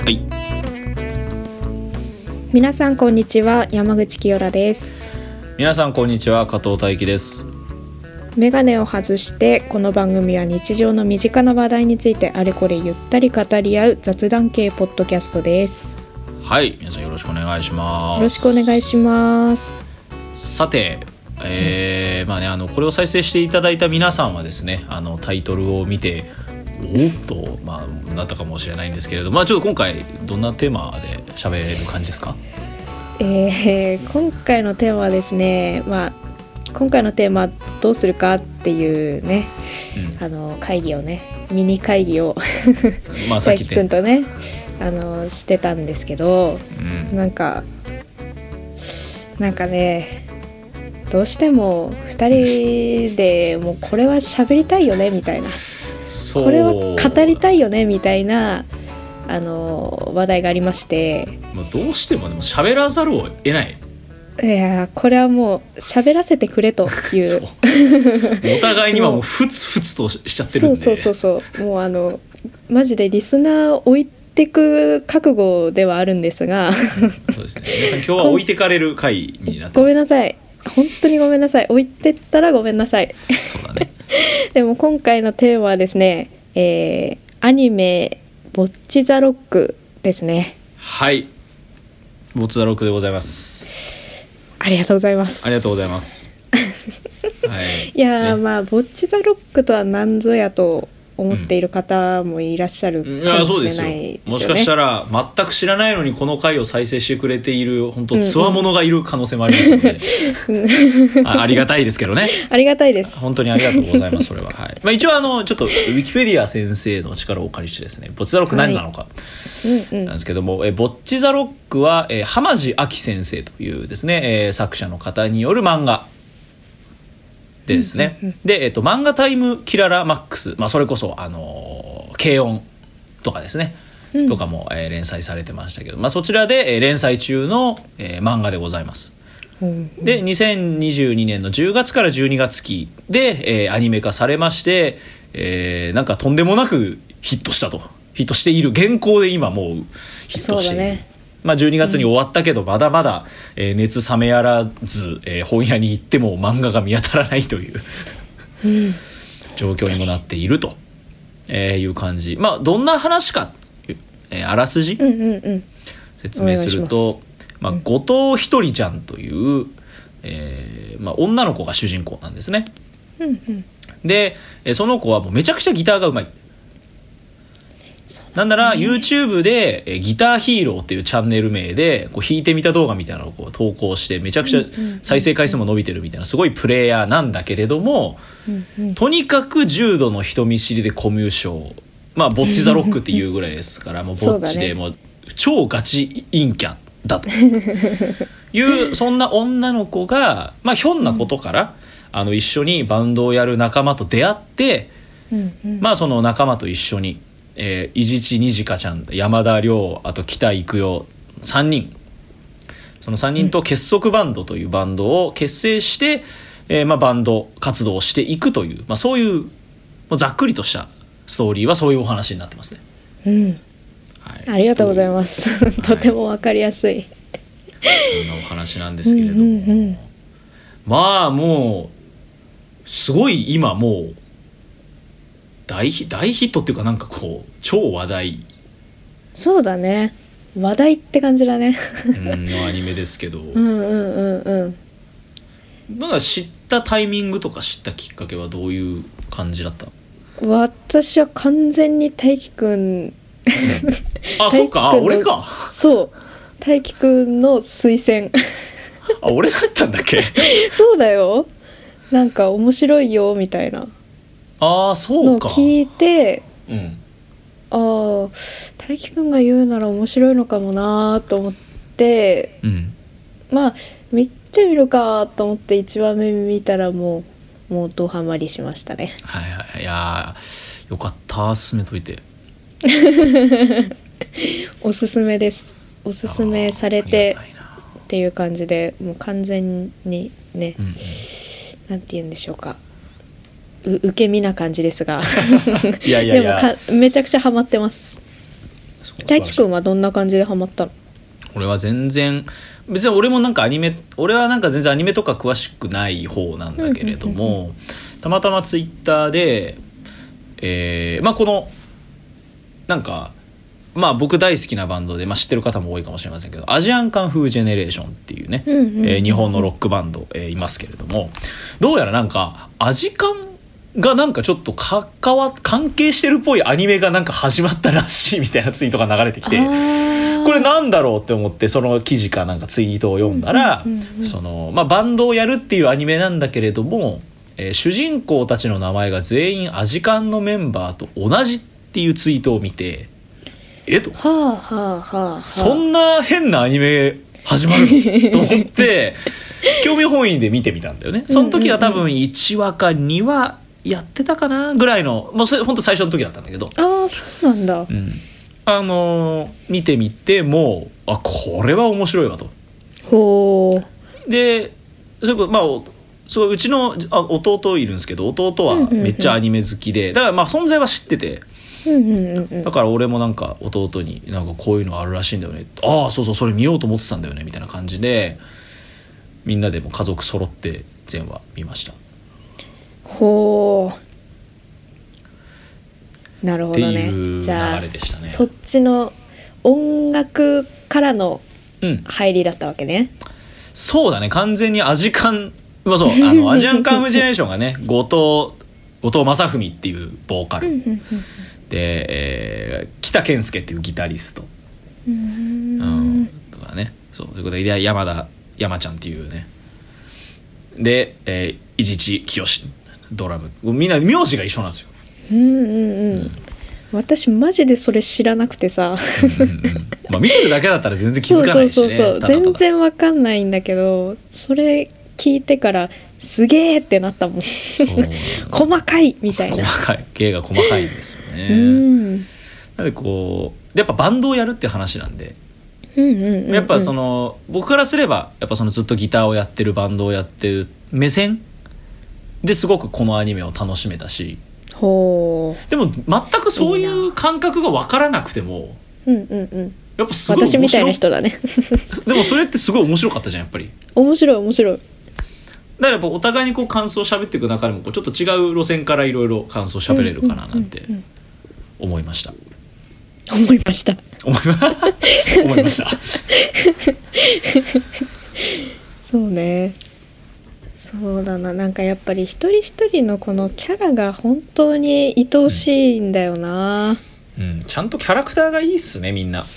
はい。 皆さんこんにちは、山口清良です。 皆さんこんにちは、加藤大輝です。 メガネを外して、この番組は日常の身近な話題についてあれこれゆったり語り合う雑談系ポッドキャストです。 はい、皆さんよろしくお願いします。 よろしくお願いします。さて、これを再生していただいた皆さんはですね、タイトルを見ておっと、なったかもしれないんですけれど、ちょっと今回どんなテーマで喋れる感じですか？ 今回のテーマはですね、今回のテーマどうするかっていうね、会議をね、ミニ会議を大輝くんとねしてたんですけど、なんかね、どうしても2人でもうこれは喋りたいよねみたいな、これは語りたいよねみたいな話題がありまして、 どうしてもでも喋らざるを得ない。 いや、これはもう喋らせてくれというそうお互いにはもうふつふつとしちゃってるんで、 そうもうマジでリスナー置いてく覚悟ではあるんですがそうですね、皆さん今日は置いてかれる回になってます。 ごめんなさい、本当にごめんなさい、置いてったらごめんなさい。 そうだねでも今回のテーマはですね、アニメボッチザロックですね。 はい、ボッチザロックでございます。 ありがとうございます。 ありがとうございます。はい、 いや、ボッチザロックとは何ぞやと思っている方もいらっしゃるかもしれないですよね。 もしかしたら全く知らないのにこの回を再生してくれている本当つわものがいる可能性もありますので、ありがたいですけどね。ありがたいです。本当にありがとうございます。それは、はい。一応ちょっとウィキペディア先生の力をお借りしてですね、ボッチザロック何なのかなんですけども、ボッチザロックは浜地亜希先生というですね、作者の方による漫画でですね、で、漫画タイムキララマックス、それこそ軽音とかですね、とかも、連載されてましたけど、そちらで、連載中の、漫画でございます。で2022年の10月から12月期で、アニメ化されまして、なんかとんでもなくヒットしている、現行で今もうヒットしている。12月に終わったけどまだまだ、熱冷めやらず、本屋に行っても漫画が見当たらないという状況にもなっていると、いう感じ。どんな話か、あらすじ、説明すると、後藤ひとりちゃんという、女の子が主人公なんですね。でその子はもうめちゃくちゃギターがうまい。なんなら YouTube でギターヒーローっていうチャンネル名でこう弾いてみた動画みたいなのを投稿してめちゃくちゃ再生回数も伸びてるみたいなすごいプレイヤーなんだけれども、とにかく重度の人見知りでコミュ障、ボッチザロックっていうぐらいですからもうぼっちでもう超ガチ陰キャだというそんな女の子が、ひょんなことから、一緒にバンドをやる仲間と出会って、その仲間と一緒に伊地知にじかちゃん、山田亮、あと北育代3人、その3人と結束バンドというバンドを結成して、バンド活動をしていくという、そういうもうざっくりとしたストーリーはそういうお話になってますね。 ありがとうございます。とても分かりやすい、 そんなお話なんですけれども、もうすごい今もう大ヒットっていうかなんかこう超話題、 そうだね、話題って感じだねのアニメですけど、なんか知ったタイミングとか知ったきっかけはどういう感じだった？ 私は完全に大輝くんあ、そっか、俺か。そう大輝くんの推薦俺だったんだっけそうだよ、なんか面白いよみたいなそうか聞いて、大輝くんが言うなら面白いのかもなと思って、見てみるかと思って1話目見たらもうドハマりしましたね。 いやよかった、勧めといておすすめです。おすすめされてっていう感じでもう完全にね、なんて言うんでしょうか、受け身な感じですがいやでもめちゃくちゃハマってます。 大輝くんはどんな感じでハマったの？ 俺は全然別に俺はなんか全然アニメとか詳しくない方なんだけれども、たまたまツイッターで、このなんか僕大好きなバンドで、知ってる方も多いかもしれませんけど、アジアンカンフージェネレーションっていうね、日本のロックバンド、いますけれども、どうやらなんかアジカンがなんかちょっと関係してるっぽいアニメがなんか始まったらしいみたいなツイートが流れてきて、これなんだろうって思ってその記事かなんかツイートを読んだら、バンドをやるっていうアニメなんだけれども、主人公たちの名前が全員アジカンのメンバーと同じっていうツイートを見て、そんな変なアニメ始まるのと思って興味本位で見てみたんだよね。その時は多分1話か2話やってたかなぐらいの、もうそれ本当最初の時だったんだけど、 そうなんだ、 見てみてもうこれは面白いわと。でそれうちの弟いるんですけど、弟はめっちゃアニメ好きで、だから存在は知ってて、だから俺もなんか弟になんかこういうのあるらしいんだよね、そうそれ見ようと思ってたんだよねみたいな感じで、みんなでも家族揃って全話見ました。 なるほどね。 っていう流れでしたね。 そっちの音楽からの入りだったわけね。 そうだね、完全にアジカン、アジアンカンフージェネレーションがね後藤正文っていうボーカルで、北健介っていうギタリストとかね、そういうことで山ちゃんっていうねで、伊地知清ドラム、みんな名字が一緒なんですよ。 私マジでそれ知らなくてさ見てるだけだったら全然気づかないしね。 そう全然わかんないんだけど、それ聞いてからすげーってなったもん細かいみたいな、 芸が細かいんですよね。なのでこうやっぱバンドをやるって話なんで、やっぱ僕からすればやっぱずっとギターをやってるバンドをやってる目線ですごくこのアニメを楽しめたし、でも全くそういう感覚が分からなくてもやっぱすごい私みたいな人だねでもそれってすごい面白かったじゃん。やっぱり面白い。だからやっぱお互いにこう感想を喋っていく中でもちょっと違う路線からいろいろ感想を喋れるかななんて思いました。 思いましたそうね。そうだな、なんかやっぱり一人一人のこのキャラが本当に愛おしいんだよな、 ちゃんとキャラクターがいいっすね、みんな。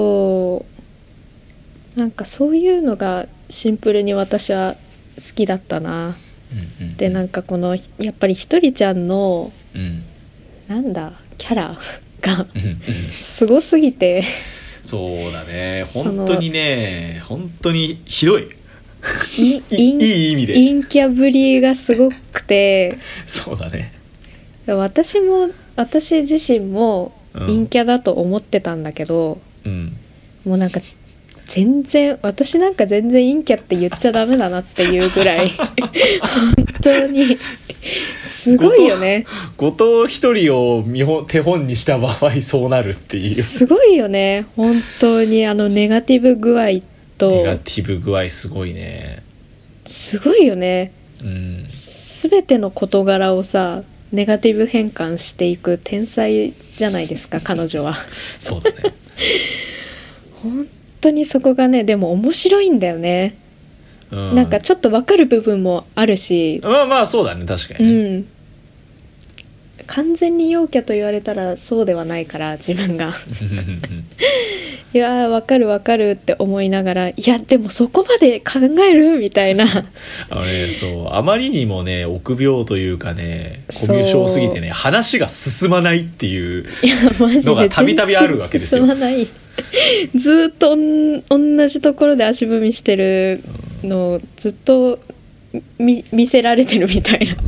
なんかそういうのがシンプルに私は好きだったな、でなんかこのやっぱりひとりちゃんの、なんだキャラがすごすぎてそうだね、本当にね、本当にひどいいい意味で陰キャぶりがすごくてそうだね、 私自身も陰キャだと思ってたんだけど、もうなんか私なんか全然陰キャって言っちゃダメだなっていうぐらい本当にすごいよね。 後藤一人を手本にした場合そうなるっていう、 すごいよね本当に。ネガティブ具合すごいね。 すごいよね。全ての事柄をさネガティブ変換していく天才じゃないですか彼女は。 そうだね本当にそこがね、でも面白いんだよね、なんかちょっと分かる部分もあるし、 そうだね、確かにね、 完全に陽キャと言われたらそうではないから自分がいや分かるって思いながら、いやでもそこまで考えるみたいなあまりにもね臆病というかね、コミュ障すぎてね話が進まないっていうのがたびたびあるわけですよ。 進まないずっと同じところで足踏みしてるのをずっと見せられてるみたいな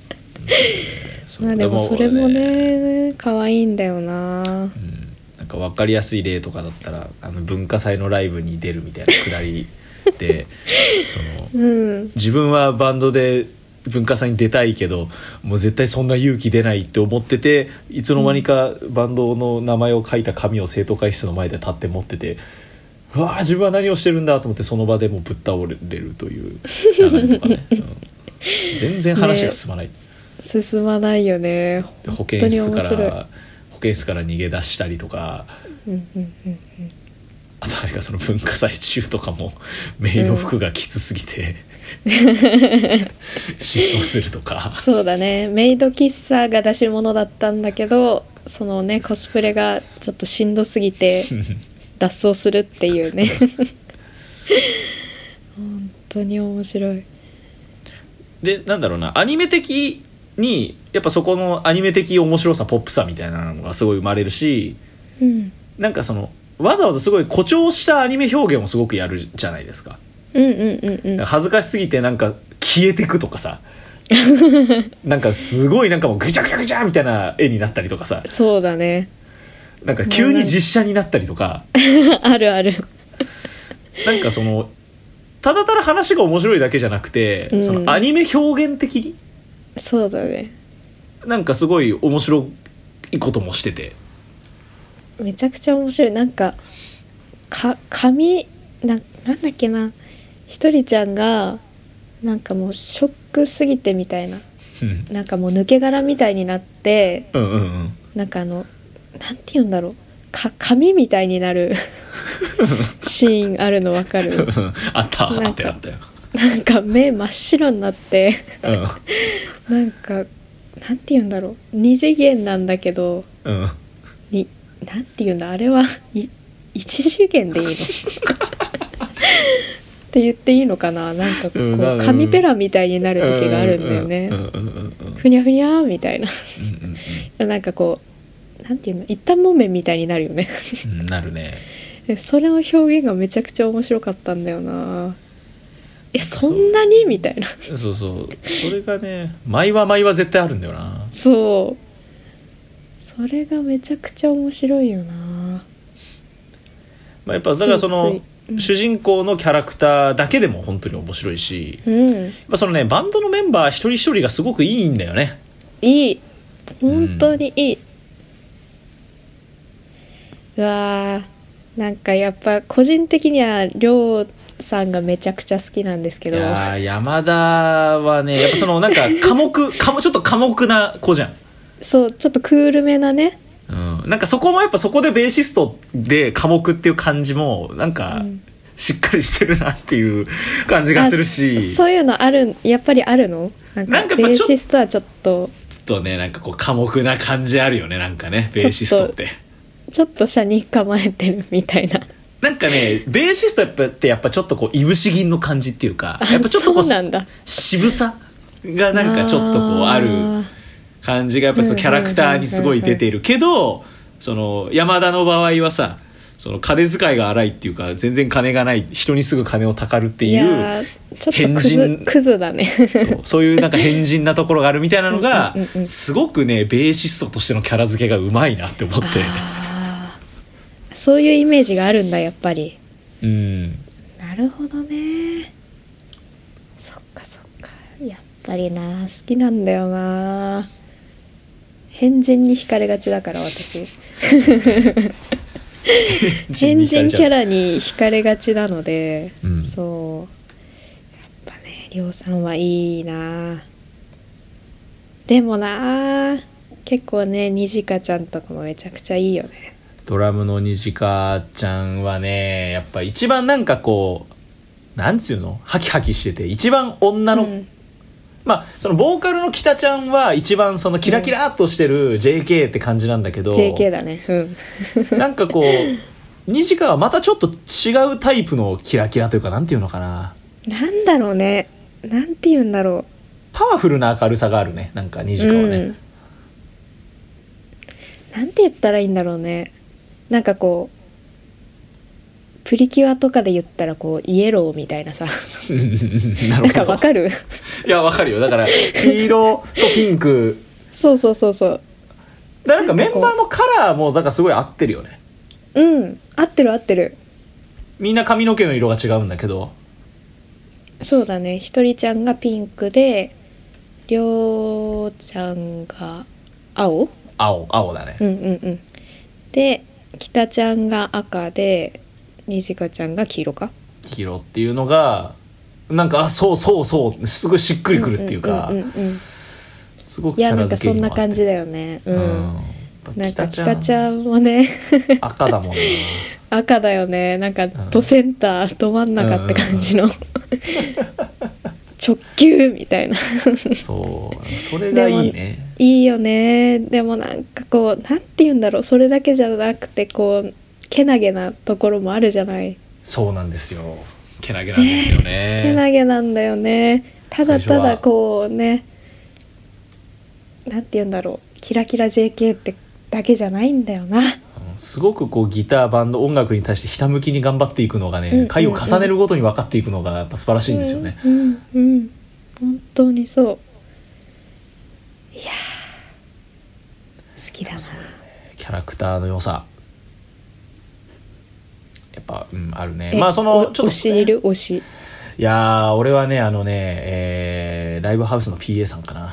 でもそれもね可愛いんだよな、 なんか分かりやすい例とかだったら文化祭のライブに出るみたいなくだりで自分はバンドで文化祭に出たいけどもう絶対そんな勇気出ないって思ってて、いつの間にかバンドの名前を書いた紙を生徒会室の前で立って持ってて、うわ自分は何をしてるんだと思って、その場でもうぶっ倒れるという流れとかね、全然話が進まない、 進まないよね。 で保健室から逃げ出したりとか、あとあれがその文化祭中とかもメイド服がきつすぎて、失踪するとか。 そうだね、メイド喫茶が出し物だったんだけど、そのねコスプレがちょっとしんどすぎて脱走するっていうね本当に面白い。 でなんだろうな、アニメ的にやっぱそこのアニメ的面白さ、ポップさみたいなのがすごい生まれるし、なんかそのわざわざすごい誇張したアニメ表現をすごくやるじゃないですか。恥ずかしすぎてなんか消えてくとかさなんかすごいなんかもうぐちゃぐちゃぐちゃみたいな絵になったりとかさ。 そうだね、 なんか急に実写になったりとかあるある。 なんかそのただただ話が面白いだけじゃなくて、そのアニメ表現的にそうだね、 なんかすごい面白いこともしてて、 めちゃくちゃ面白い。なんか髪なんだっけな、ひとりちゃんがなんかもうショックすぎてみたいななんかもう抜け殻みたいになって、なんかなんて言うんだろう、髪みたいになるシーンあるの分かるあったよ。 なんか目真っ白になってなんかなんて言うんだろう、二次元なんだけど、なんて言うんだあれは、一次元でいいのって言っていいのかな、なんかこう紙ペラみたいになる時があるんだよね、ふにゃふにゃみたいななんかこうなんていうの、一旦木綿みたいになるよねなるね。 それの表現がめちゃくちゃ面白かったんだよな。そんなにみたいな。 そうそれがね、舞は絶対あるんだよな。 そうそれがめちゃくちゃ面白いよな。 やっぱだからその主人公のキャラクターだけでも本当に面白いし、そのねバンドのメンバー一人一人がすごくいいんだよね。いい、 本当にいい、うわー、なんかやっぱ個人的にはりょうさんがめちゃくちゃ好きなんですけど、 いや山田はねやっぱそのなんかちょっと寡黙な子じゃん。 そう、ちょっとクールめなね、 なんかそこもやっぱそこでベーシストで寡黙っていう感じもなんかしっかりしてるなっていう感じがするし、 そういうのやっぱりあるの？なんかベーシストはちょっとね、なんかこう寡黙な感じあるよね、なんかねベーシストってちょっと車に構えてるみたいな。 なんかねベーシストってやっぱちょっとこういぶし銀の感じっていうか、やっぱちょっとこう渋さがなんかちょっとこうある感じがやっぱりそのキャラクターにすごい出ているけど、その山田の場合はさ、その金遣いが荒いっていうか全然金がない、人にすぐ金をたかるっていう変人、 クズだねそういうなんか変人なところがあるみたいなのがすごくねベーシストとしてのキャラ付けがうまいなって思って、 そういうイメージがあるんだやっぱり。なるほどね。そっかやっぱりな好きなんだよな。変人に惹かれがちだから私変人キャラに惹かれがちなので、そうやっぱねりょうさんはいいな。でもな結構ねにじかちゃんとかもめちゃくちゃいいよね。 ドラムのにじかちゃんはねやっぱ一番なんかこうなんつうのハキハキしてて一番女の、そのボーカルの北ちゃんは一番そのキラキラっとしてる JK って感じなんだけど、 JK だね、 なんかこうにじかはまたちょっと違うタイプのキラキラというか、なんていうのかな、 なんだろうね、なんていうんだろう、 パワフルな明るさがあるね、なんかにじかはね、 なんて言ったらいいんだろうね、なんかこうプリキュアとかで言ったらこうイエローみたいなさなるほど、 なんかわかるいやわかるよ、だから黄色とピンクそうだ、なんかメンバーのカラーもだからすごい合ってるよね。合ってる。みんな髪の毛の色が違うんだけど、 そうだね、ひとりちゃんがピンクでりょうちゃんが青だね。 うんうんうん。で北ちゃんが赤でにじかちゃんが黄色か。 黄色っていうのがなんかそうすごいしっくりくるっていうか、すごくキャラ付けにもあって。いやなんかそんな感じだよね。うん。なんか北ちゃんもね赤だもんね。 赤だよね。なんかドセンターど真ん中って感じの直球みたいなそうそれがいいね。 いいよね。でもなんかこうなんて言うんだろう、それだけじゃなくてこうけなげなところもあるじゃない。 そうなんですよ。けなげなんですよね。 けなげなんだよね。ただただこうね、なんて言うんだろう、キラキラ JK ってだけじゃないんだよな。 すごくこうギターバンド音楽に対してひたむきに頑張っていくのがね、回を重ねるごとに分かっていくのがやっぱ素晴らしいんですよね。 本当にそう。いや好きだな。そうね、 キャラクターの良さやっぱ、あるね。まあそのちょっと推しいる推し。いや俺はねライブハウスの PA さんかな。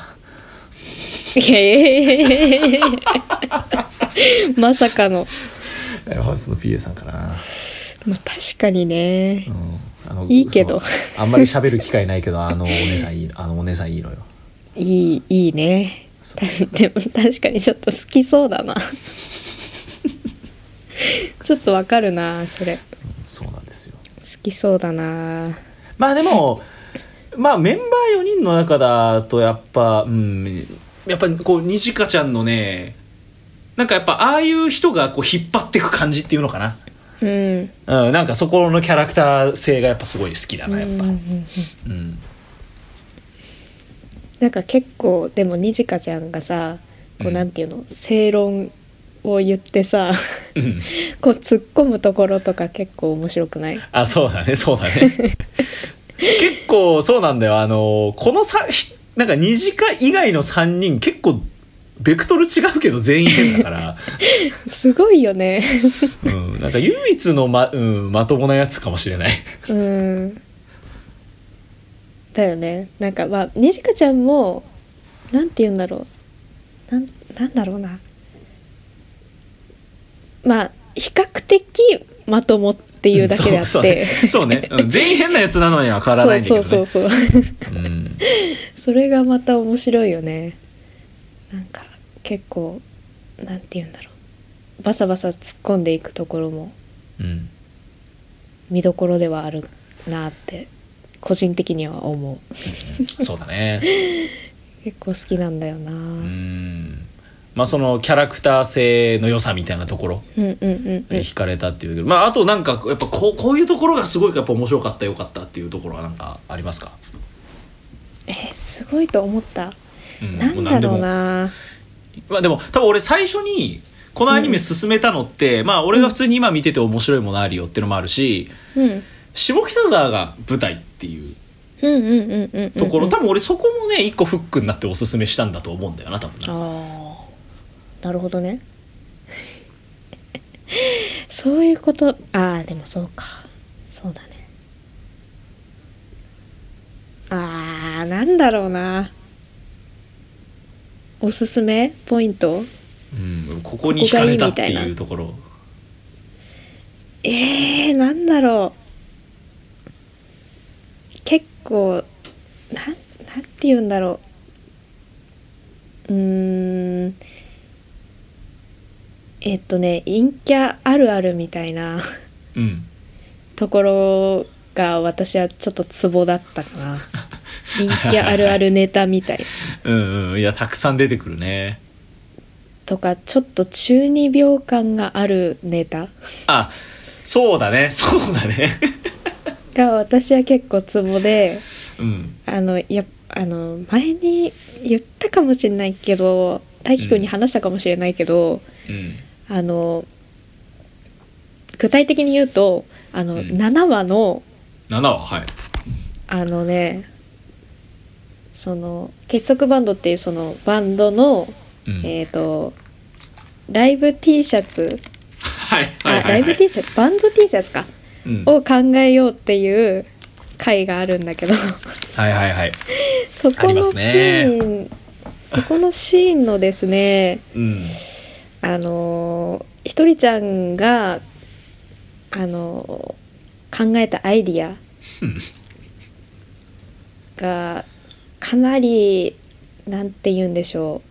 まさかのライブハウスの PA さんかな。 まあ確かにね、いいけどあんまり喋る機会ないけどお姉さんいいのよ。 いいね。でも確かにちょっと好きそうだなちょっとわかるなそれ。 そうなんですよ。 好きそうだな。 まあでもまあメンバー4人の中だとやっぱやっぱこうにじかちゃんのね、なんかやっぱああいう人がこう引っ張っていく感じっていうのかな。なんかそこのキャラクター性がやっぱすごい好きだなやっぱ。 なんか結構でもにじかちゃんがさ、こうなんていうの、正論を言ってさこう突っ込むところとか結構面白くない？ あ、そうだね結構そうなんだよ。このなんかにじか以外の3人結構ベクトル違うけど全員変だからすごいよねなんか唯一のまともなやつかもしれないだよね。なんかまあにじかちゃんもなんて言うんだろう、なんだろうな、まあ比較的まともっていうだけであって、 そうね、全員変なやつなのには変わらないんだけどね。そうそれがまた面白いよね。なんか結構なんて言うんだろう、バサバサ突っ込んでいくところも見どころではあるなって個人的には思うそうだね結構好きなんだよな。 まあそのキャラクター性の良さみたいなところ惹かれたっていうけど、まああとなんかやっぱこういうところがすごいやっぱ面白かった良かったっていうところはなんかありますか？ すごいと思った、なんだろうな。 まあでも多分俺最初にこのアニメ進めたのって、まあ俺が普通に今見てて面白いものあるよっていうのもあるし、下北沢が舞台っていうところ、多分俺そこもね一個フックになっておすすめしたんだと思うんだよな多分な。 なるほどねそういうこと。でもそうか、そうだね。なんだろうな、おすすめポイント、 ここに惹かれたっていうところ。 なんだろう、結構なんて言うんだろう、陰キャあるあるみたいな、ところが私はちょっとツボだったかな陰キャあるあるネタみたいいやたくさん出てくるね。 とかちょっと中二病感があるネタ、 そうだねが私は結構ツボで、前に言ったかもしれないけど、大輝くんに話したかもしれないけど、具体的に言うと7話のその結束バンドっていうそのバンドの、ライブ T シャツ、ライブ T シャツバンド T シャツか、を考えようっていう回があるんだけどはいはいはい、 そこのシーン、そこのシーンのですね、 うん、 ひとりちゃんが考えたアイディアがかなりなんて言うんでしょ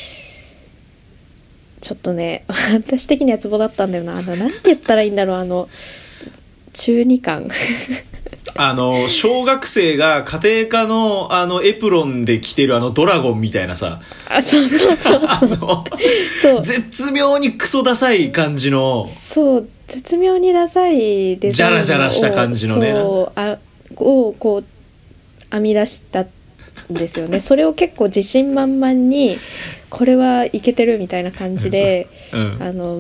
う、ちょっとね私的にはツボだったんだよな。なんて言ったらいいんだろう、中二感小学生が家庭科のエプロンで着てるドラゴンみたいなさ、 そうそう絶妙にクソダサい感じの、 そう絶妙にダサいデザインジャラジャラした感じのねをこう編み出したんですよね。それを結構自信満々にこれはいけてるみたいな感じで、うん、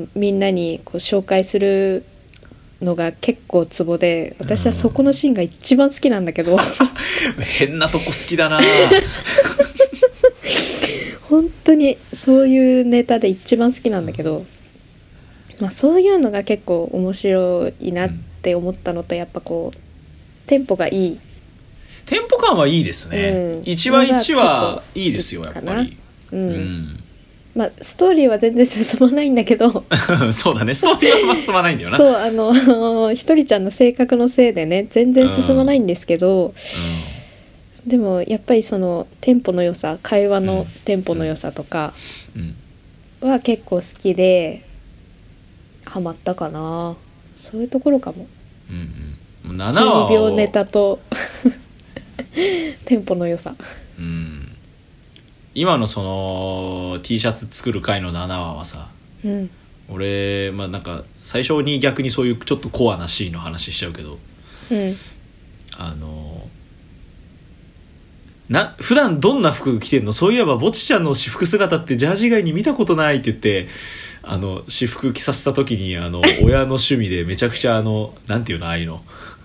みんなにこう紹介するのが結構ツボで、私はそこのシーンが一番好きなんだけど、 変なとこ好きだな本当にそういうネタで一番好きなんだけど、まあ、そういうのが結構面白いなって思ったのと、やっぱこうテンポがいい、 テンポ感はいいですね、一話一話いいですよやっぱり、まあ、 ストーリーは全然進まないんだけどそうだね、ストーリーはあんま進まないんだよな。 そうひとりちゃんの性格のせいでね全然進まないんですけど、でもやっぱりそのテンポの良さ、会話のテンポの良さとかは結構好きでハマったかな。そういうところかも。 7話 12秒ネタとテンポの良さ、 今のその T シャツ作る回の7話はさ、俺、まあ、なんか最初に逆にそういうちょっとコアなシーンの話しちゃうけど、普段どんな服着てんの、そういえばぼちちゃんの私服姿ってジャージ以外に見たことないって言って、私服着させた時に親の趣味でめちゃくちゃなんていうの、ああいうの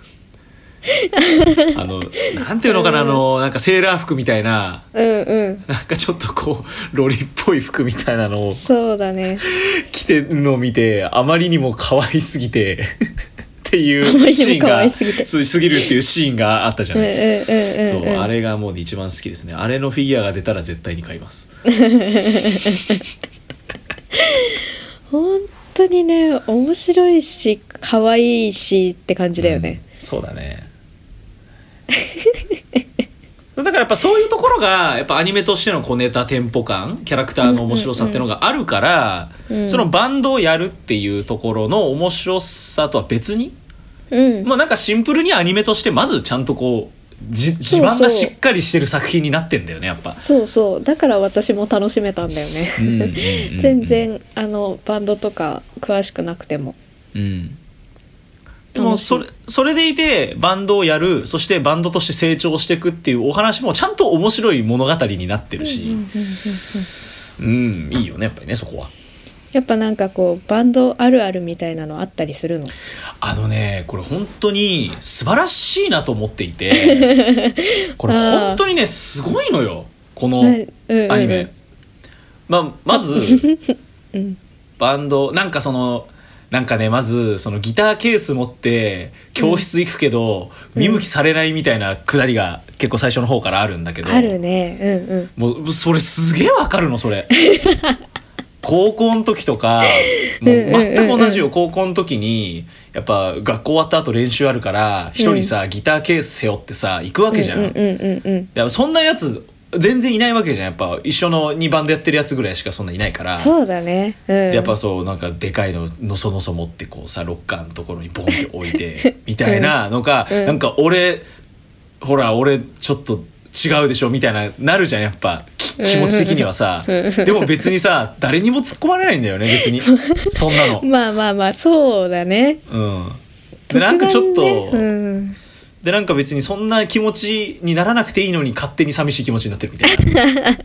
なんていうのかな、なんかセーラー服みたいな、なんかちょっとこうロリっぽい服みたいなのをそうだね着てるのを見て、あまりにも可愛すぎてっていうシーンがすぎるっていうシーンがあったじゃない。そう、あれがもう一番好きですね。あれのフィギュアが出たら絶対に買います本当にね、面白いし可愛いしって感じだよね、 そうだねだからやっぱそういうところがやっぱアニメとしての小ネタ、テンポ感、キャラクターの面白さっていうのがあるから、そのバンドをやるっていうところの面白さとは別に、まあなんかシンプルにアニメとしてまずちゃんとこう地盤がしっかりしてる作品になってんだよね、やっぱ。 そうだから私も楽しめたんだよね全然バンドとか詳しくなくても、 でもそれでいてバンドをやる、そしてバンドとして成長していくっていうお話もちゃんと面白い物語になってるし、いいよねやっぱりね、そこは。 やっぱなんかこうバンドあるあるみたいなのあったりするの？ これ本当に素晴らしいなと思っていてこれ本当にねすごいのよこのアニメ、まずバンドなんかね、まずそのギターケース持って教室行くけど、見向きされないみたいなくだりが結構最初の方からあるんだけど、 あるね、 もうそれすげえわかるのそれ高校の時とかもう全く同じよ。高校の時にやっぱ学校終わった後練習あるから一人さ、ギターケース背負ってさ行くわけじゃん、そんなやつ全然いないわけじゃん。やっぱ一緒の2バンドやってるやつぐらいしかそんないないから。 そうだね、 でやっぱそうなんかでかいのそ持ってこうさロッカーのところにボンって置いてみたいなのが、なんか俺ちょっと違うでしょみたいなるじゃんやっぱ気持ち的にはさ、でも別にさ誰にも突っ込まれないんだよね別にそんなのまあそうだね、 でなんかちょっと、でなんか別にそんな気持ちにならなくていいのに勝手に寂しい気持ちになってるみたいな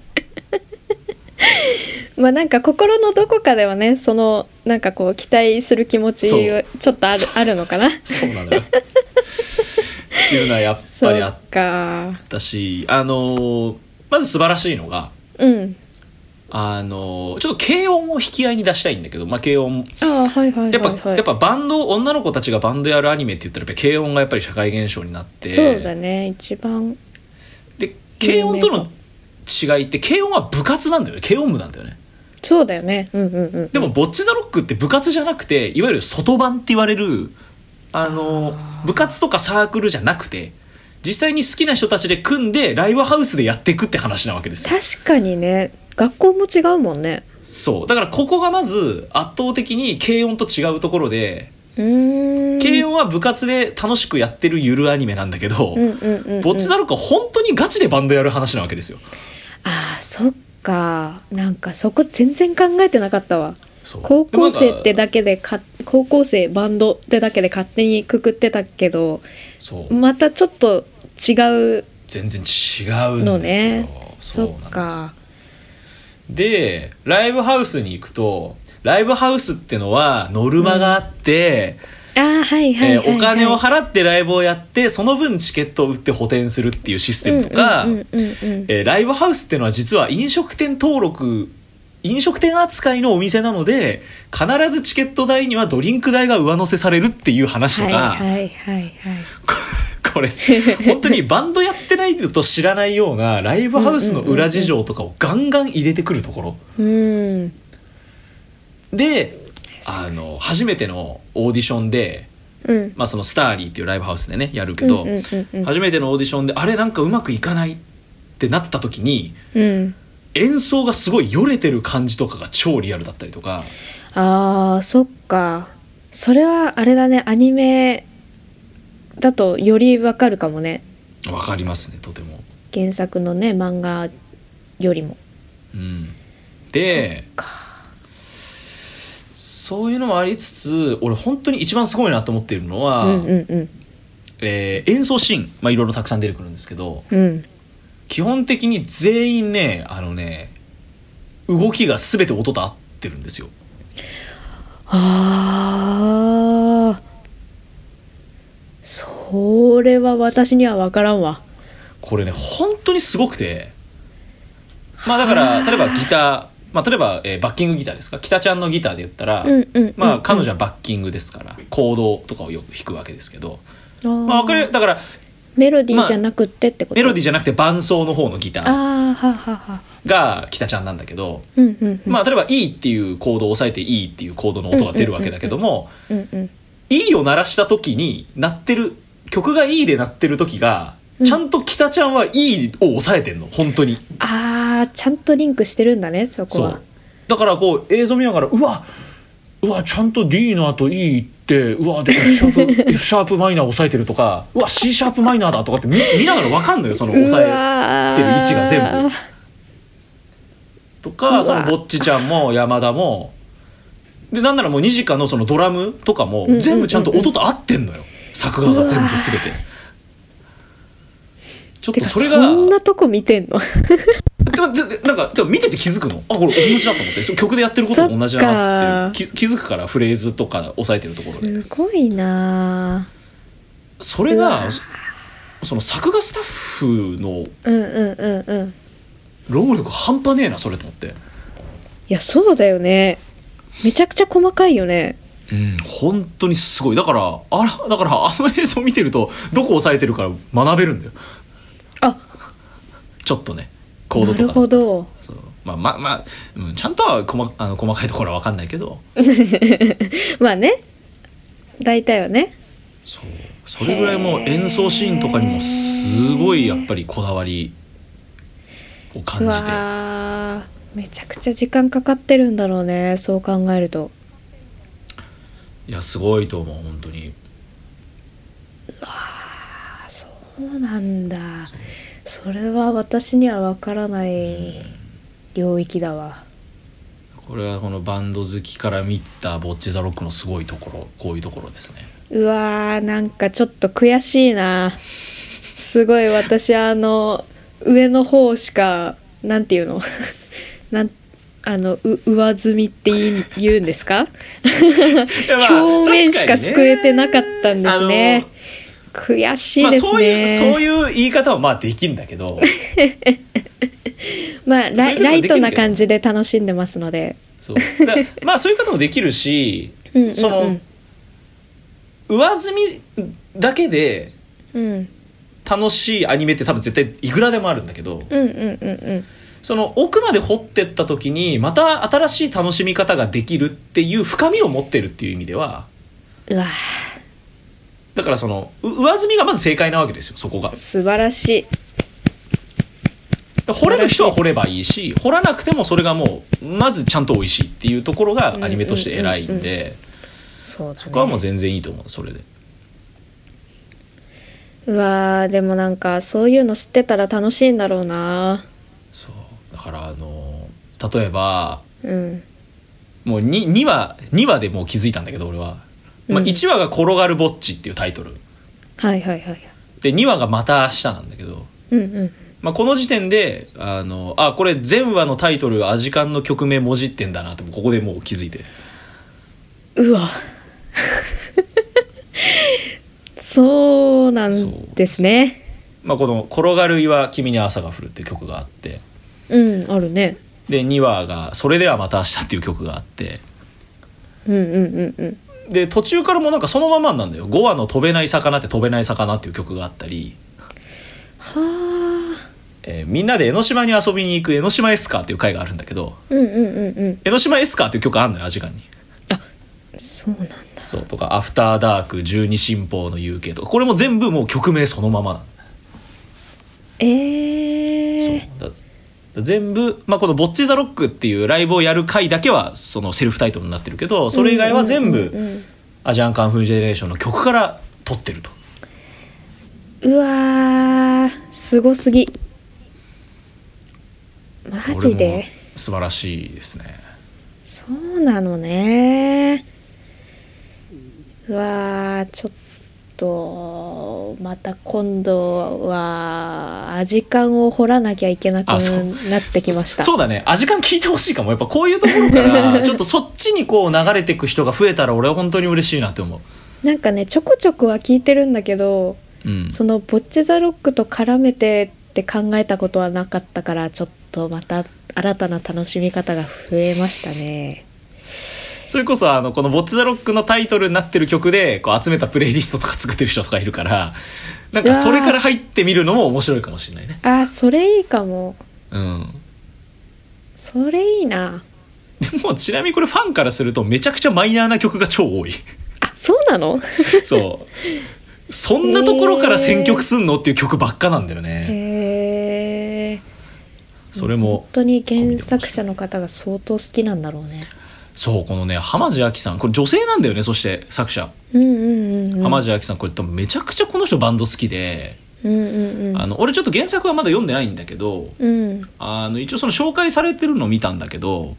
まあなんか心のどこかではね、そのなんかこう期待する気持ちちょっとあるのかなそうなのよっていうのはやっぱりあったし、まず素晴らしいのが、 ちょっと軽音を引き合いに出したいんだけど、まあ、軽音やっぱバンド、女の子たちがバンドやるアニメって言ったらやっぱ軽音がやっぱり社会現象になって、 そうだね、一番で軽音との違いって軽音は部活なんだよね、軽音部なんだよね。 そうだよね、 でもボッチザロックって部活じゃなくて、いわゆる外番って言われる部活とかサークルじゃなくて、実際に好きな人たちで組んでライブハウスでやっていくって話なわけですよ。 確かにね、学校も違うもんね。 そうだからここがまず圧倒的に軽音と違うところで、軽音は部活で楽しくやってるゆるアニメなんだけど、ボッチザロックは本当にガチでバンドやる話なわけですよ。 ああ、そっか、なんかそこ全然考えてなかったわ。高校生ってだけで高校生バンドってだけで勝手にくくってたけど、またちょっと違う、 全然違うんですよ。そうなんです。そっか。でライブハウスに行くと、ライブハウスってのはノルマがあって、お金を払ってライブをやって、その分チケットを売って補填するっていうシステムとか、ライブハウスってのは実は飲食店扱いのお店なので、必ずチケット代にはドリンク代が上乗せされるっていう話とか、これ本当にバンドやってないと知らないようなライブハウスの裏事情とかをガンガン入れてくるところ、で初めてのオーディションで、まあ、そのスターリーっていうライブハウスでねやるけど、初めてのオーディションであれなんかうまくいかないってなった時に、演奏がすごいよれてる感じとかが超リアルだったりとか。 そっか、それはあれだね、アニメだとよりわかるかもね。 わかりますね、とても原作のね漫画よりも。 でそういうのもありつつ、俺本当に一番すごいなと思っているのは、演奏シーン、まあ、いろいろたくさん出てくるんですけど、基本的に全員ね、動きが全て音と合ってるんですよ。 それは私には分からんわ。 これね本当にすごくて、まあだから例えばギター、まあ、例えば、バッキングギターですか、北ちゃんのギターで言ったら、まあ彼女はバッキングですからコードとかをよく弾くわけですけど、まあ、だからメロディーじゃなくてってこと、 メロディーじゃなくて伴奏の方のギターが北ちゃんなんだけど、まあ例えば E っていうコードを押さえて E っていうコードの音が出るわけだけども、E を鳴らした時に鳴ってる曲が E で鳴ってる時が、ちゃんと北ちゃんは E を押さえてんの本当に。 ちゃんとリンクしてるんだね、そこは。そうだからこう映像見ながらうわちゃんと D の後 E って、うわで F シャープマイナー押さえてるとか、うわ C シャープマイナーだとかって 見ながら分かんのよ、その押さえてる位置が全部とか、そのぼっちちゃんも山田もで、なんならもうニジカのそのドラムとかも全部ちゃんと音と合ってんのよ、作画が全部全て。ちょっとそれがそんなとこ見てんのなんか見てて気づくの、これ同じだと思って、曲でやってることと同じだなって気づくから、フレーズとか押さえてるところで。 すごいな。 それがその作画スタッフの労力半端ねえなそれと思って。いやそうだよね、めちゃくちゃ細かいよね。 本当にすごい。だからあの映像見てるとどこ押さえてるか学べるんだよ。ちょっとねコードとか。なるほど。そうまあ、ちゃんとは細かいところは分かんないけどまあね、大体はね。 それぐらいもう演奏シーンとかにもすごいやっぱりこだわりを感じて。 めちゃくちゃ時間かかってるんだろうね、そう考えると。 いやすごいと思う本当に。 そうなんだ。それは私には分からない領域だわ。 これはこのバンド好きから見たボッチザロックのすごいところ、こういうところですね。 なんかちょっと悔しいな。すごい私上の方しかなんていうの上積みって言うんですか表面しか救えてなかったんですね。悔しいですね。 そういう言い方はまあできんだけどまあライトな感じで楽しんでますので、 そうだまあそういうこともできるしその上積みだけで楽しいアニメって多分絶対いくらでもあるんだけど、その奥まで掘ってった時にまた新しい楽しみ方ができるっていう深みを持ってるっていう意味では、 うわだからその上積みがまず正解なわけですよ。そこが素晴らしい。 掘れる人は掘ればいいし、掘らなくてもそれがもうまずちゃんと美味しいっていうところがアニメとして偉いんで、そこはもう全然いいと思う。それでうわでもなんかそういうの知ってたら楽しいんだろうな。 そうだから例えば、もう 2話でもう気づいたんだけど俺は、まあ、1話が転がるぼっちっていうタイトル、で2話がまた明日なんだけど、まあ、この時点でこれ全話のタイトルアジカンの曲名もじってんだなってここでもう気づいて、 うわそうなんですね。 まあ、この「転がる岩君に朝が降る」っていう曲があって、 あるね。 で2話が「それではまた明日」っていう曲があって、で途中からもうなんかそのままなんだよ。5話の「飛べない魚って飛べない魚」っていう曲があったり、みんなで江ノ島に遊びに行く江ノ島エスカーっていう回があるんだけど、江ノ島エスカーっていう曲あるのよアジカンに。 あ、そうなんだ。 そうとか「アフターダーク十二神宝の夕景」とかこれも全部もう曲名そのままなの。そうだ全部、まあ、この「ボッチ・ザ・ロック」っていうライブをやる回だけはそのセルフタイトルになってるけど、それ以外は全部アジアンカンフージェネレーションの曲から撮ってると。 うわーすごすぎ。マジで素晴らしいですね。 そうなのね。うわーちょっとまた今度はアジカンを掘らなきゃいけなくなってきました。 そうだね、アジカン聞いてほしいかも。やっぱこういうところからちょっとそっちにこう流れていく人が増えたら俺は本当に嬉しいなって思う。 なんかねちょこちょこは聞いてるんだけど、そのボッチ・ザ・ロックと絡めてって考えたことはなかったから、ちょっとまた新たな楽しみ方が増えましたね。 それこそこの「ボッチ・ザ・ロック」のタイトルになってる曲でこう集めたプレイリストとか作ってる人とかいるから、なんかそれから入ってみるのも面白いかもしれないね。 あ、それいいかも。それいいな。 でもちなみにこれファンからするとめちゃくちゃマイナーな曲が超多い。 あ、そうなの？ そうそんなところから選曲すんのっていう曲ばっかなんだよね。それも本当に原作者の方が相当好きなんだろうね。 そうこのね浜地亜希さん、これ女性なんだよね。そして作者、浜地亜希さん、これ多分めちゃくちゃこの人バンド好きで、俺ちょっと原作はまだ読んでないんだけど、一応その紹介されてるのを見たんだけど、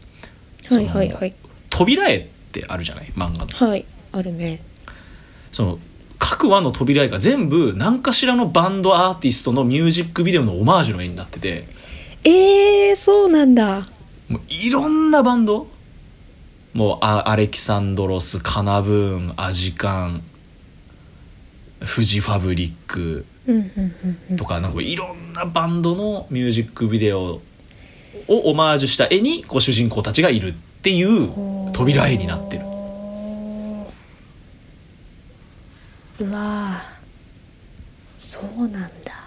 扉絵ってあるじゃない漫画の。 はいあるね。 その各話の扉絵が全部何かしらのバンドアーティストのミュージックビデオのオマージュの絵になってて、 そうなんだ。 もういろんなバンド、もうアレキサンドロス、カナブーン、アジカン、フジファブリックとか、なんかいろんなバンドのミュージックビデオをオマージュした絵にこう主人公たちがいるっていう扉絵になってる。 うわそうなんだ。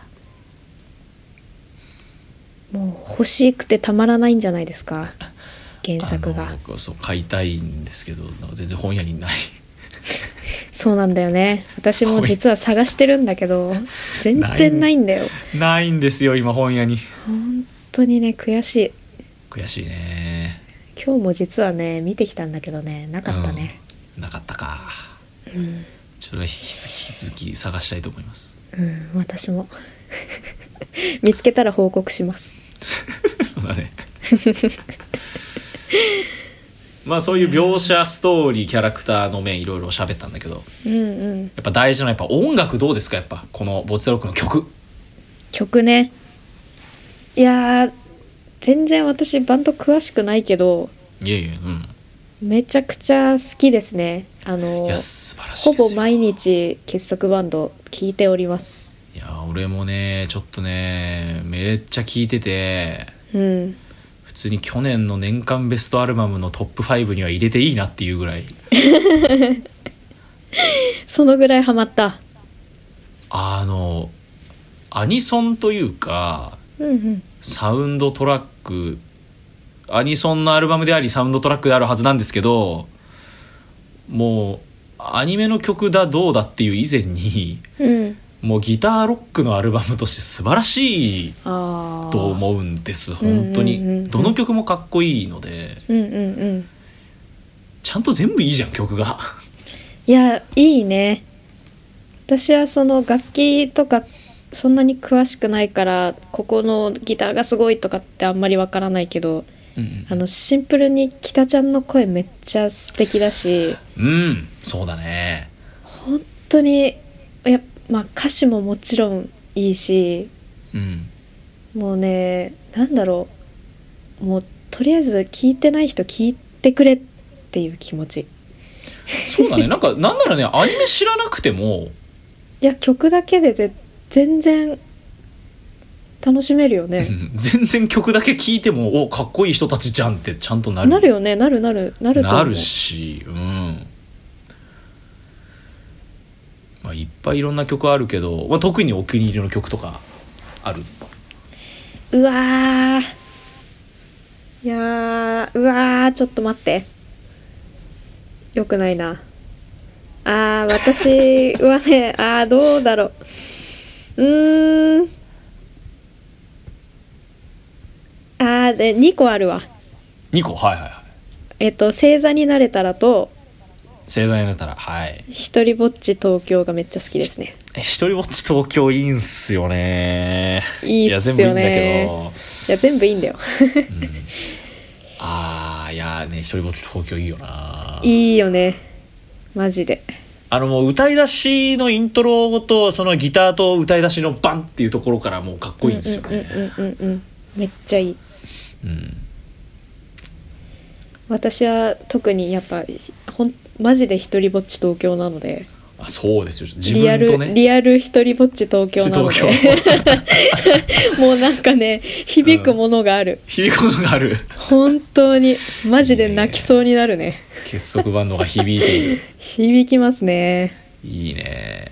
もう欲しくてたまらないんじゃないですか原作が。 そう買いたいんですけど、なんか全然本屋にない。 そうなんだよね。私も実は探してるんだけど全然ないんだよ。 ないんですよ今本屋に。 本当にね悔しい。 悔しいね。 今日も実はね見てきたんだけどねなかったね。 なかったか。それは引き続き探したいと思います。 私も見つけたら報告します。 そうだね。まあそういう描写、ストーリー、キャラクターの面いろいろ喋ったんだけど、やっぱ大事なやっぱ音楽どうですか。やっぱこのボッチザロックの曲ね。いや全然私バンド詳しくないけど、めちゃくちゃ好きですね。 いや素晴らしいですよ。 ほぼ毎日結束バンド聴いております。 いや俺もねちょっとねめっちゃ聴いてて、 うん、 普通に去年の年間ベストアルバムのトップ5には入れていいなっていうぐらいそのぐらいハマった。 アニソンというか、 うんうん、 サウンドトラック、アニソンのアルバムでありサウンドトラックであるはずなんですけど、もうアニメの曲だどうだっていう以前に、 うん、 もうギターロックのアルバムとして素晴らしいと思うんです。本当にどの曲もかっこいいので、 うんうんうん、 ちゃんと全部いいじゃん曲がいやいいね。私はその楽器とかそんなに詳しくないからここのギターがすごいとかってあんまりわからないけど、 うん、 シンプルに北ちゃんの声めっちゃ素敵だし、 そうだね。 本当にまあ歌詞ももちろんいいし、もうね、なんだろう、もうとりあえず聞いてない人聞いてくれっていう気持ち。 そうだね。なんならね、アニメ知らなくてもいや曲だけで全然楽しめるよね。 全然曲だけ聴いてもかっこいい人たちじゃんってちゃんとなるよね。なるし、まあ、いっぱいいろんな曲あるけど、まあ、特にお気に入りの曲とかある？ うわー、いやー、うわー、ちょっと待って、よくないな。私はね、どうだろう、で2個あるわ。 2個、はいはいはい。 星座になれたらと、 星座になれたら、はい。 一人ぼっち東京がめっちゃ好きですね。 一人ぼっち東京いいんすよね。 いいっすよね。 いや全部いいんだけど。 いや全部いいんだよ。 いやね、一人ぼっち東京いいよな。 いいよね、マジで。 もう歌い出しのイントロとそのギターと歌い出しのバンっていうところからもうかっこいいんですよね。 めっちゃいい。私は特にやっぱマジで一人ぼっち東京なので。 そうですよ、自分とね、 リアル一人ぼっち東京なのでもうなんかね、響くものがある、 響くものがある。 本当にマジで泣きそうになるね。 結束バンドが響いている。 響きますね。 いいね。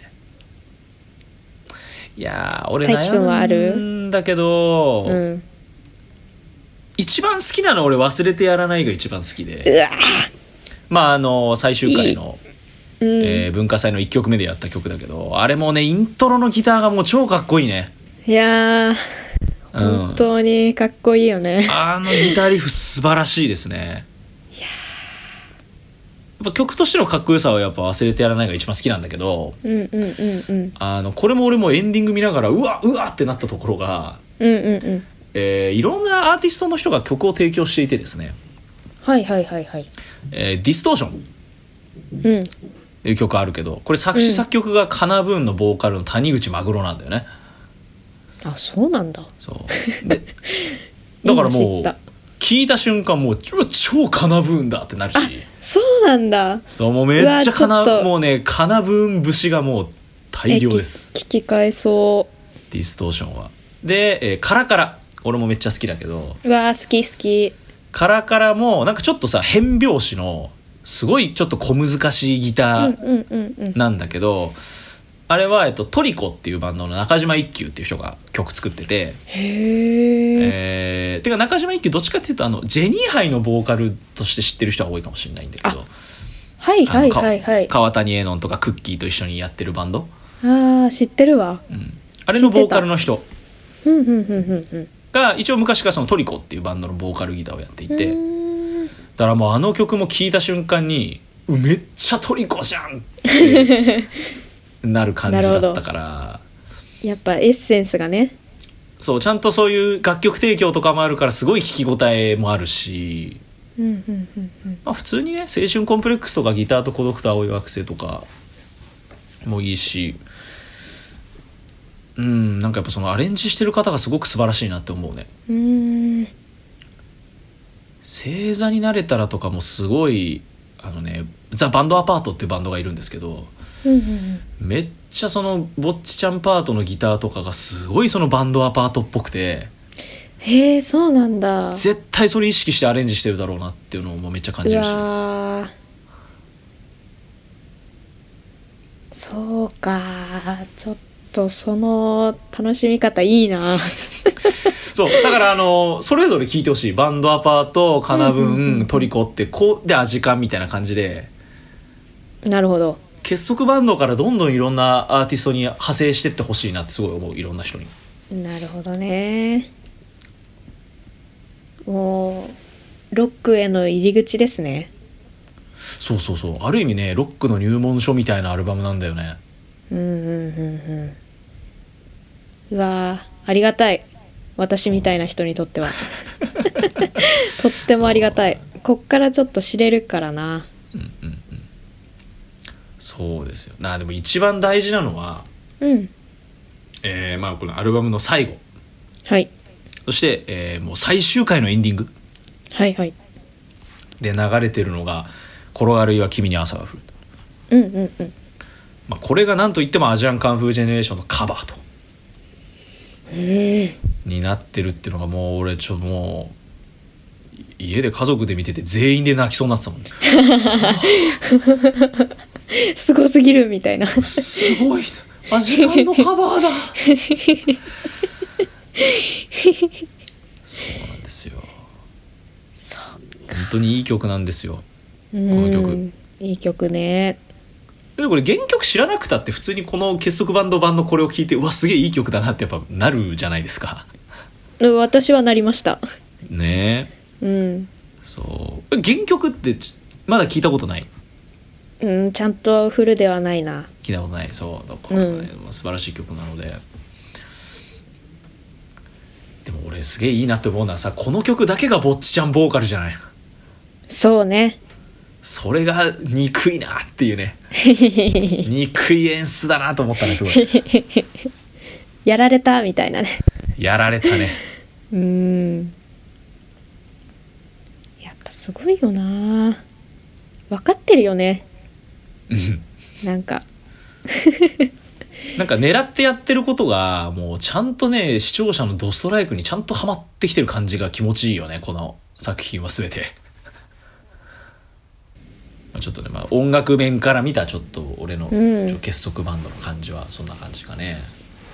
いや俺悩んだけど、一番好きなの俺忘れてやらないが一番好きで、 うわまあ最終回の文化祭の1曲目でやった曲だけど、あれもねイントロのギターがもう超かっこいいね。 いや本当にかっこいいよね。 ギターリフ素晴らしいですね。いややっぱ曲としてのかっこよさはやっぱ忘れてやらないが一番好きなんだけど、これも俺もエンディング見ながらうわってなったところが、いろんなアーティストの人が曲を提供していてですね、 ディストーションっていう曲あるけど、これ作詞作曲がカナブーンのボーカルの谷口マグロなんだよね。 そうなんだ。 そうでだからもう聞いた瞬間もう超カナブーンだってなるし。 そうなんだ。 そうもうめっちゃもうねカナブーン節がもう大量です。 聞き返そう。 ディストーションはで、カラカラ俺もめっちゃ好きだけど、 好き。 カラカラもなんかちょっとさ変拍子のすごいちょっと小難しいギターなんだけど、あれは、トリコっていうバンドの中島一休っていう人が曲作ってて、てか中島一休どっちかっていうとジェニーハイのボーカルとして知ってる人は多いかもしれないんだけど、川谷絵音とかクッキーと一緒にやってるバンド、 知ってるわ、 あれのボーカルの人が一応昔からそのトリコっていうバンドのボーカルギターをやっていて、だからもう曲も聴いた瞬間にめっちゃトリコじゃんってなる感じだったからやっぱエッセンスがね、 そうちゃんとそういう楽曲提供とかもあるからすごい聴き応えもあるし、普通にね青春コンプレックスとかギターと孤独と青い惑星とかもいいし、なんかやっぱそのアレンジしてる方がすごく素晴らしいなって思うね。星座になれたらとかもすごいザ・バンドアパートっていうバンドがいるんですけど、めっちゃそのぼっちちゃんパートのギターとかがすごいそのバンドアパートっぽくて、 へえ、そうなんだ。 絶対それ意識してアレンジしてるだろうなっていうのもめっちゃ感じるし。 そうか、ちょっとその楽しみ方いいな。 そうだからそれぞれ聞いてほしい。バンドアパート、カナブン、トリコってこうでアジカンみたいな感じで。 なるほど。 結束バンドからどんどんいろんなアーティストに派生してってほしいなってすごい思う。いろんな人に。 なるほどね。もうロックへの入り口ですね。 そうそうそう、ある意味ねロックの入門書みたいなアルバムなんだよね。 うわー、ありがたい。私みたいな人にとってはとってもありがたい。こっからちょっと知れるからな。 そうですよ。でも一番大事なのは、まあこのアルバムの最後、 はい、 そして、もう最終回のエンディング、 はいはい、 で流れてるのが「転がる岩君に朝が降る」まあ、これが何といってもアジアンカンフージェネレーションのカバーとになってるっていうのが、もう俺もう家で家族で見てて全員で泣きそうになってたもんね。 すごすぎるみたいな。 すごいアジカンのカバーだ。そうなんですよ。本当にいい曲なんですよ、この曲。 いい曲ね。 でもこれ原曲知らなくたって普通にこの結束バンド版のこれを聴いて、うわすげえいい曲だなってやっぱなるじゃないですか。 私はなりましたねえ。そう原曲ってまだ聞いたことない？ ちゃんとフルではないな。 聞いたことない。そうこれ、ね素晴らしい曲なので。でも俺すげえいいなって思うのはさ、この曲だけがぼっちちゃんボーカルじゃない。 そうね。 それが憎いなっていうね。憎い演出だなと思ったね、すごい。 やられたみたいなね。 やられたね。 やっぱすごいよな。分かってるよね。なんか狙ってやってることがもうちゃんとね、視聴者のドストライクにちゃんとハマってきてる感じが気持ちいいよね、この作品は全て。ちょっとね、音楽面から見たちょっと俺の結束バンドの感じはそんな感じかね。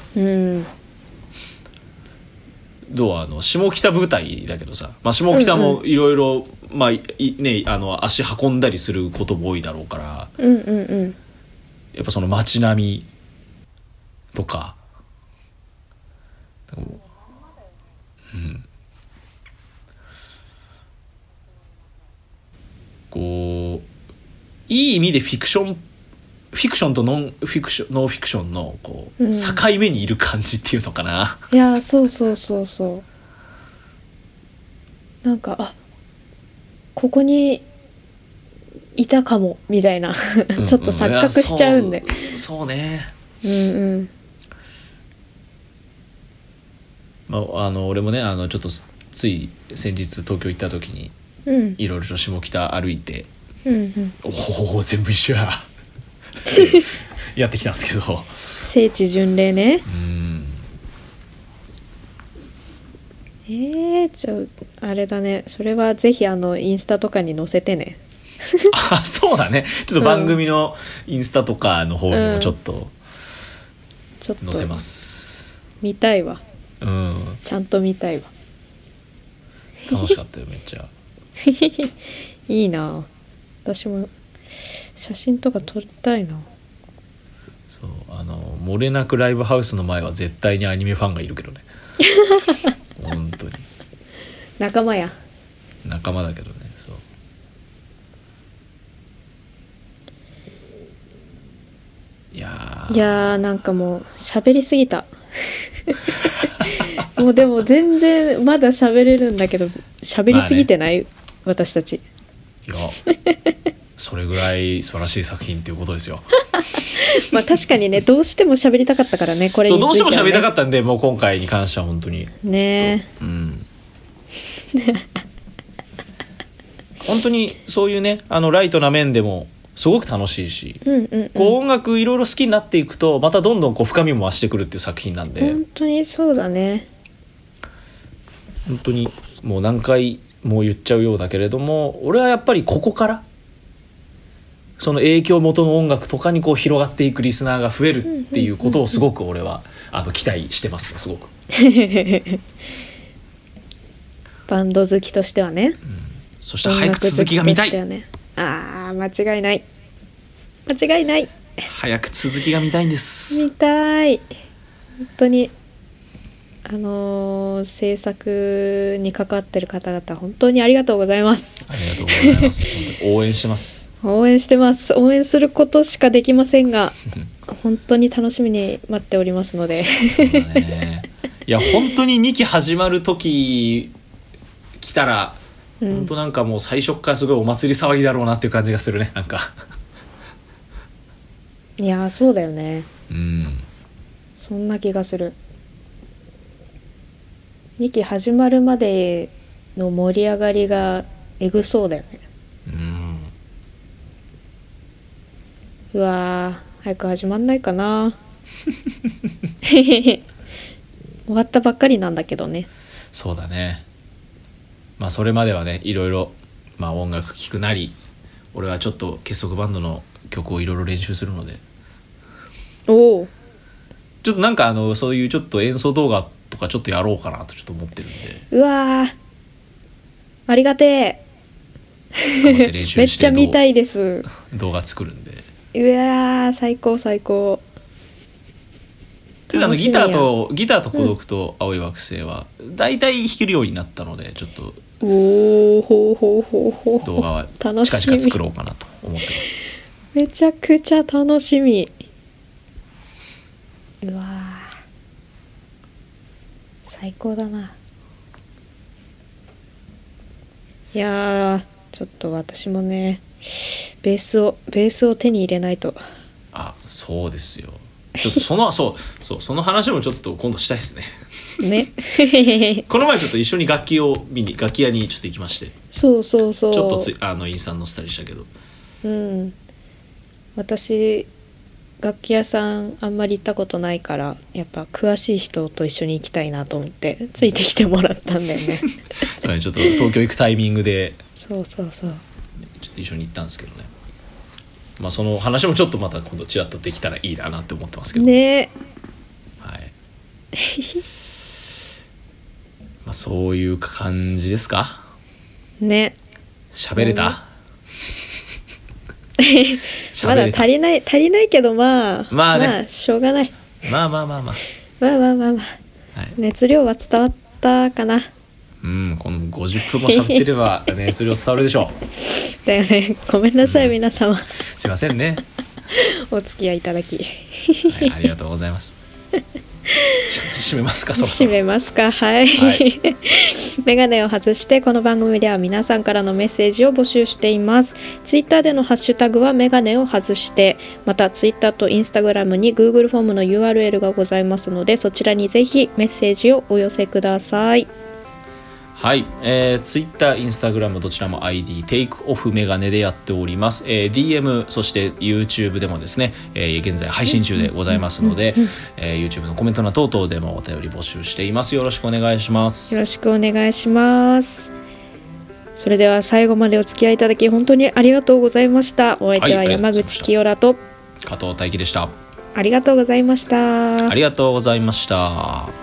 どう下北舞台だけどさ、下北もいろいろ足運んだりすることも多いだろうから、やっぱその街並みとか、こういい意味でフィクションとノンフィクションのこう、境目にいる感じっていうのかな。 いやそうなんかここにいたかもみたいなちょっと錯覚しちゃうんで。 そうね。俺もねちょっとつい先日東京行った時にいろいろと下北歩いて、おお全部一緒ややってきたんですけど、 聖地巡礼ね。あれだね、それはぜひインスタとかに載せてね。 そうだね、ちょっと番組のインスタとかの方にもちょっと載せます。 見たいわ。ちゃんと見たいわ。 楽しかったよめっちゃ。 いいな。私も写真とか撮りたいな。 そう漏れなくライブハウスの前は絶対にアニメファンがいるけどね。本当に仲間や。 仲間だけどね。そういやなんかもう喋りすぎた。もうでも全然まだ喋れるんだけど喋りすぎてない、私たち。いやそれぐらい素晴らしい作品っていうことですよ。 確かにね、どうしても喋りたかったからね、これについてはね。 そうどうしても喋りたかったんで、もう今回に関しては本当にね本当にそういうねライトな面でもすごく楽しいし、こう音楽いろいろ好きになっていくとまたどんどんこう深みも増してくるっていう作品なんで。 本当にそうだね。 本当にもう何回も言っちゃうようだけれども、俺はやっぱりここからその影響元の音楽とかにこう広がっていくリスナーが増えるっていうことをすごく俺は期待してますね、すごくバンド好きとしてはね、 そして早く続きが見たい、 ね、間違いない間違いない、 早く続きが見たいんです。 見たい、本当に制作に関わってる方々本当にありがとうございます。 ありがとうございます本当に応援してます。 応援してます。応援することしかできませんが本当に楽しみに待っておりますのでそうだね、いや本当に2期始まる時来たら、本当なんかもう最初からすごいお祭り騒ぎだろうなっていう感じがするね、なんかいやそうだよね、そんな気がする。2期始まるまでの盛り上がりがえぐそうだよね。うわ早く始まんないかな終わったばっかりなんだけどね。 そうだね、それまではねいろいろ音楽聴くなり、俺はちょっと結束バンドの曲をいろいろ練習するので、 おお、 ちょっとなんかそういうちょっと演奏動画とかちょっとやろうかなとちょっと思ってるんで。 うわありがてえ練習してめっちゃ見たいです。 動画作るんで。 うわ最高最高。 でギターと孤独と青い惑星はだいたい弾けるようになったので、ちょっと動画は近々作ろうかなと思ってます。 めちゃくちゃ楽しみ。うわ最高だな。いやちょっと私もねベースを手に入れないと。 そうですよ。ちょっとその話もちょっと今度したいですね。 ねこの前ちょっと一緒に楽器屋にちょっと行きまして。 そうちょっとインスタに載せたりしたけど。 私楽器屋さんあんまり行ったことないから、やっぱ詳しい人と一緒に行きたいなと思ってついてきてもらったんだよねちょっと東京行くタイミングでそうちょっと一緒に行ったんですけどね。その話もちょっとまた今度ちらっとできたらいいなって思ってますけどね。 はいそういう感じですかね。喋れたまだ足りないけどしょうがない。熱量は伝わったかな。 この50分も喋ってれば熱量伝わるでしょうだよね。ごめんなさい、皆様すいませんねお付き合いいただき、 ありがとうございます締めますか、そろそろ締めますか。はい、メガネを外してこの番組では皆さんからのメッセージを募集しています。ツイッターでのハッシュタグはメガネを外して、またツイッターとインスタグラムに Google フォームの URL がございますので、そちらにぜひメッセージをお寄せください。 はい、ツイッター、インスタグラムどちらも ID テイクオフメガネでやっております。DM そして YouTube でもですね、現在配信中でございますので、YouTube のコメント欄等々でもお便り募集しています。よろしくお願いします。 よろしくお願いします。それでは最後までお付き合いいただき本当にありがとうございました。お相手は山口清良と加藤大輝でした。 ありがとうございました。 ありがとうございました。